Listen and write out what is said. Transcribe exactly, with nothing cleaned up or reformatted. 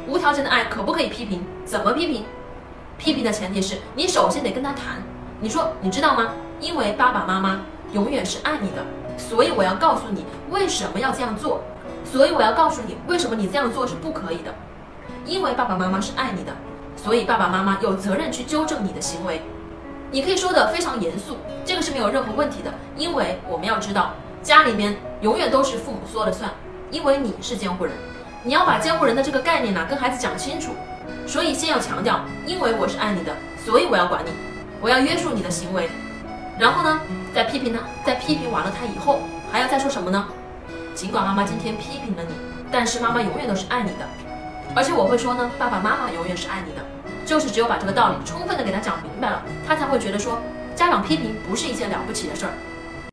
无条件的爱可不可以批评？怎么批评？批评的前提是你首先得跟他谈。你说你知道吗？因为爸爸妈妈永远是爱你的，所以我要告诉你为什么要这样做，所以我要告诉你为什么你这样做是不可以的。因为爸爸妈妈是爱你的，所以爸爸妈妈有责任去纠正你的行为。你可以说的非常严肃，这个是没有任何问题的，因为我们要知道家里面永远都是父母说了算，因为你是监护人，你要把监护人的这个概念呢跟孩子讲清楚。所以先要强调，因为我是爱你的，所以我要管你，我要约束你的行为。然后呢，在批评呢，在批评完了他以后，还要再说什么呢？尽管妈妈今天批评了你，但是妈妈永远都是爱你的。而且我会说呢，爸爸妈妈永远是爱你的，就是只有把这个道理充分的给他讲明白了，他才会觉得说，家长批评不是一件了不起的事儿。